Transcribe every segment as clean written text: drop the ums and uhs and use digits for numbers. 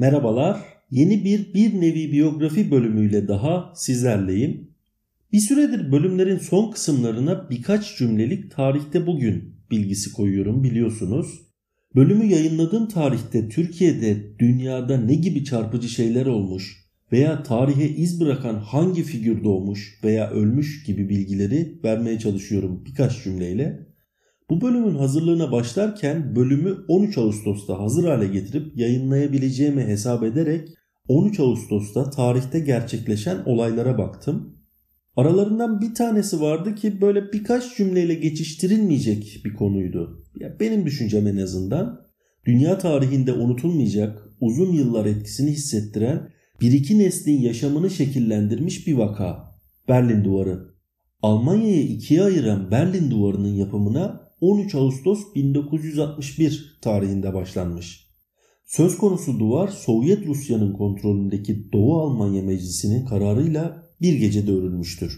Merhabalar, yeni bir nevi biyografi bölümüyle daha sizlerleyim. Bir süredir bölümlerin son kısımlarına birkaç cümlelik tarihte bugün bilgisi koyuyorum biliyorsunuz. Bölümü yayınladığım tarihte Türkiye'de, dünyada ne gibi çarpıcı şeyler olmuş veya tarihe iz bırakan hangi figür doğmuş veya ölmüş gibi bilgileri vermeye çalışıyorum birkaç cümleyle. Bu bölümün hazırlığına başlarken bölümü 13 Ağustos'ta hazır hale getirip yayınlayabileceğimi hesap ederek 13 Ağustos'ta tarihte gerçekleşen olaylara baktım. Aralarından bir tanesi vardı ki böyle birkaç cümleyle geçiştirilmeyecek bir konuydu. Ya benim düşüncem en azından. Dünya tarihinde unutulmayacak, uzun yıllar etkisini hissettiren bir iki neslin yaşamını şekillendirmiş bir vaka. Berlin Duvarı. Almanya'yı ikiye ayıran Berlin Duvarı'nın yapımına 13 Ağustos 1961 tarihinde başlanmış. Söz konusu duvar Sovyet Rusya'nın kontrolündeki Doğu Almanya Meclisi'nin kararıyla bir gecede örülmüştür.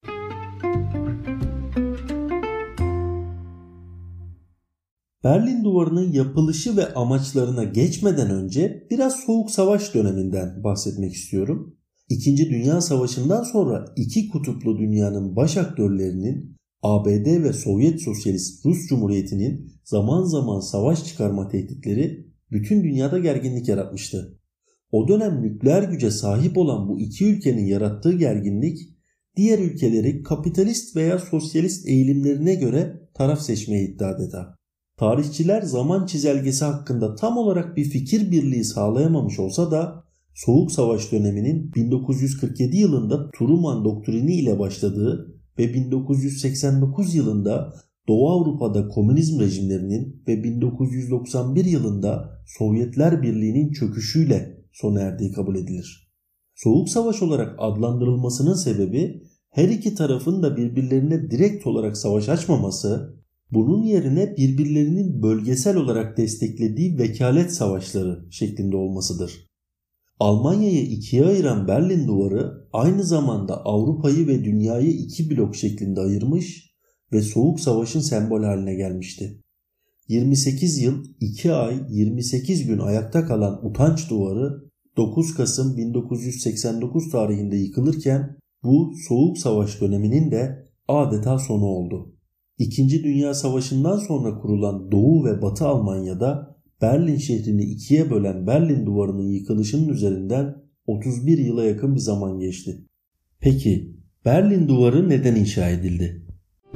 Berlin Duvarı'nın yapılışı ve amaçlarına geçmeden önce biraz Soğuk Savaş döneminden bahsetmek istiyorum. İkinci Dünya Savaşı'ndan sonra iki kutuplu dünyanın baş aktörlerinin ABD ve Sovyet Sosyalist Rus Cumhuriyeti'nin zaman zaman savaş çıkarma tehditleri bütün dünyada gerginlik yaratmıştı. O dönem nükleer güce sahip olan bu iki ülkenin yarattığı gerginlik diğer ülkeleri kapitalist veya sosyalist eğilimlerine göre taraf seçmeye itti adeta. Tarihçiler zaman çizelgesi hakkında tam olarak bir fikir birliği sağlayamamış olsa da Soğuk Savaş döneminin 1947 yılında Truman doktrini ile başladığı ve 1989 yılında Doğu Avrupa'da komünizm rejimlerinin ve 1991 yılında Sovyetler Birliği'nin çöküşüyle sona erdiği kabul edilir. Soğuk Savaş olarak adlandırılmasının sebebi her iki tarafın da birbirlerine direkt olarak savaş açmaması, bunun yerine birbirlerinin bölgesel olarak desteklediği vekalet savaşları şeklinde olmasıdır. Almanya'yı ikiye ayıran Berlin Duvarı aynı zamanda Avrupa'yı ve dünyayı iki blok şeklinde ayırmış ve Soğuk Savaş'ın sembol haline gelmişti. 28 yıl 2 ay 28 gün ayakta kalan Utanç Duvarı 9 Kasım 1989 tarihinde yıkılırken bu Soğuk Savaş döneminin de adeta sonu oldu. İkinci Dünya Savaşı'ndan sonra kurulan Doğu ve Batı Almanya'da Berlin şehrini ikiye bölen Berlin Duvarı'nın yıkılışının üzerinden 31 yıla yakın bir zaman geçti. Peki Berlin Duvarı neden inşa edildi?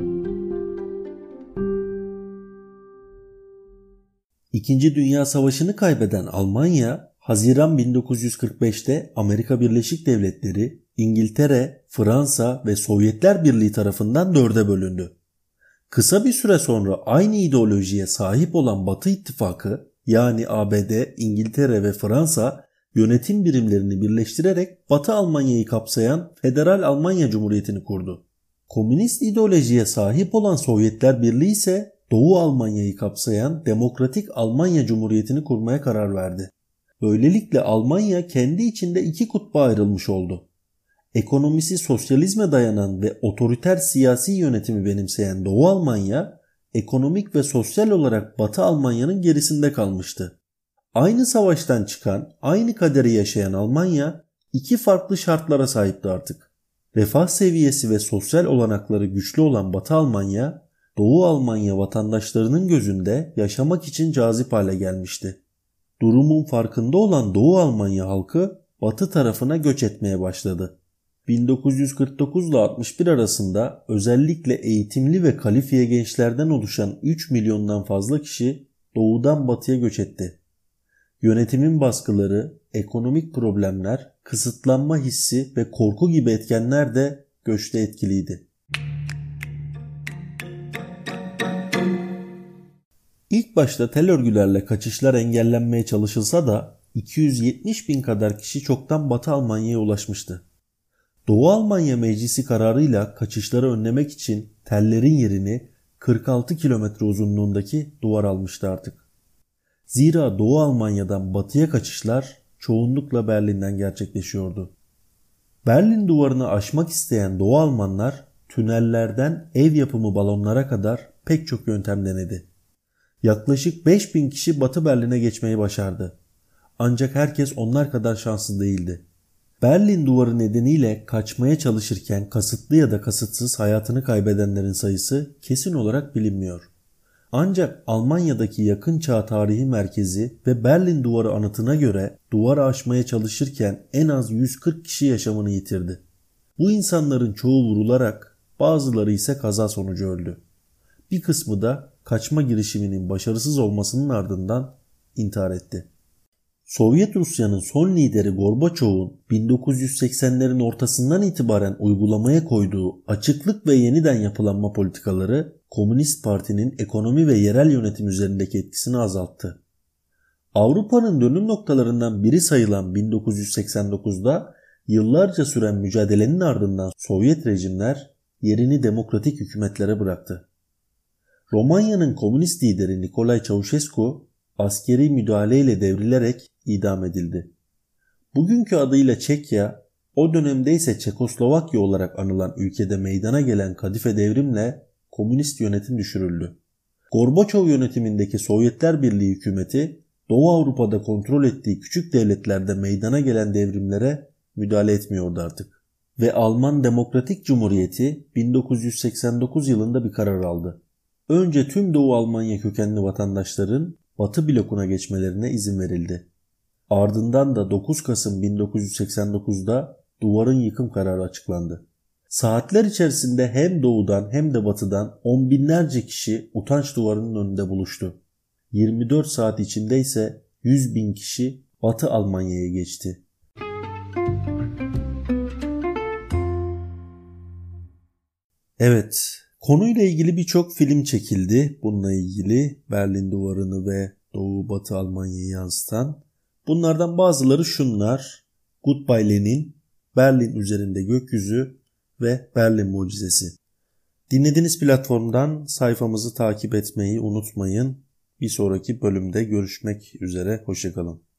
İkinci Dünya Savaşı'nı kaybeden Almanya, Haziran 1945'te Amerika Birleşik Devletleri, İngiltere, Fransa ve Sovyetler Birliği tarafından dörde bölündü. Kısa bir süre sonra aynı ideolojiye sahip olan Batı İttifakı yani ABD, İngiltere ve Fransa yönetim birimlerini birleştirerek Batı Almanya'yı kapsayan Federal Almanya Cumhuriyeti'ni kurdu. Komünist ideolojiye sahip olan Sovyetler Birliği ise Doğu Almanya'yı kapsayan Demokratik Almanya Cumhuriyeti'ni kurmaya karar verdi. Böylelikle Almanya kendi içinde iki kutba ayrılmış oldu. Ekonomisi sosyalizme dayanan ve otoriter siyasi yönetimi benimseyen Doğu Almanya, ekonomik ve sosyal olarak Batı Almanya'nın gerisinde kalmıştı. Aynı savaştan çıkan, aynı kaderi yaşayan Almanya, iki farklı şartlara sahipti artık. Refah seviyesi ve sosyal olanakları güçlü olan Batı Almanya, Doğu Almanya vatandaşlarının gözünde yaşamak için cazip hale gelmişti. Durumun farkında olan Doğu Almanya halkı Batı tarafına göç etmeye başladı. 1949 ile 61 arasında özellikle eğitimli ve kalifiye gençlerden oluşan 3 milyondan fazla kişi doğudan batıya göç etti. Yönetimin baskıları, ekonomik problemler, kısıtlanma hissi ve korku gibi etkenler de göçte etkiliydi. İlk başta tel örgülerle kaçışlar engellenmeye çalışılsa da 270 bin kadar kişi çoktan Batı Almanya'ya ulaşmıştı. Doğu Almanya Meclisi kararıyla kaçışları önlemek için tellerin yerini 46 kilometre uzunluğundaki duvar almıştı artık. Zira Doğu Almanya'dan batıya kaçışlar çoğunlukla Berlin'den gerçekleşiyordu. Berlin Duvarı'nı aşmak isteyen Doğu Almanlar tünellerden ev yapımı balonlara kadar pek çok yöntem denedi. Yaklaşık 5000 kişi Batı Berlin'e geçmeyi başardı. Ancak herkes onlar kadar şanslı değildi. Berlin Duvarı nedeniyle kaçmaya çalışırken kasıtlı ya da kasıtsız hayatını kaybedenlerin sayısı kesin olarak bilinmiyor. Ancak Almanya'daki yakın çağ tarihi merkezi ve Berlin Duvarı anıtına göre duvarı aşmaya çalışırken en az 140 kişi yaşamını yitirdi. Bu insanların çoğu vurularak, bazıları ise kaza sonucu öldü. Bir kısmı da kaçma girişiminin başarısız olmasının ardından intihar etti. Sovyet Rusya'nın son lideri Gorbaçov'un 1980'lerin ortasından itibaren uygulamaya koyduğu açıklık ve yeniden yapılanma politikaları Komünist Parti'nin ekonomi ve yerel yönetim üzerindeki etkisini azalttı. Avrupa'nın dönüm noktalarından biri sayılan 1989'da yıllarca süren mücadelenin ardından Sovyet rejimler yerini demokratik hükümetlere bıraktı. Romanya'nın komünist lideri Nicolae Ceausescu askeri müdahaleyle devrilerek idam edildi. Bugünkü adıyla Çekya, o dönemde ise Çekoslovakya olarak anılan ülkede meydana gelen kadife devrimle komünist yönetim düşürüldü. Gorbaçov yönetimindeki Sovyetler Birliği hükümeti Doğu Avrupa'da kontrol ettiği küçük devletlerde meydana gelen devrimlere müdahale etmiyordu artık. Ve Alman Demokratik Cumhuriyeti 1989 yılında bir karar aldı. Önce tüm Doğu Almanya kökenli vatandaşların Batı blokuna geçmelerine izin verildi. Ardından da 9 Kasım 1989'da duvarın yıkım kararı açıklandı. Saatler içerisinde hem doğudan hem de batıdan on binlerce kişi utanç duvarının önünde buluştu. 24 saat içinde ise 100.000 kişi Batı Almanya'ya geçti. Evet, konuyla ilgili birçok film çekildi. Bununla ilgili Berlin Duvarı'nı ve Doğu Batı Almanya'yı yansıtan. Bunlardan bazıları şunlar: Goodbye Lenin, Berlin Üzerinde Gökyüzü ve Berlin Mucizesi. Dinlediğiniz platformdan sayfamızı takip etmeyi unutmayın. Bir sonraki bölümde görüşmek üzere. Hoşça kalın.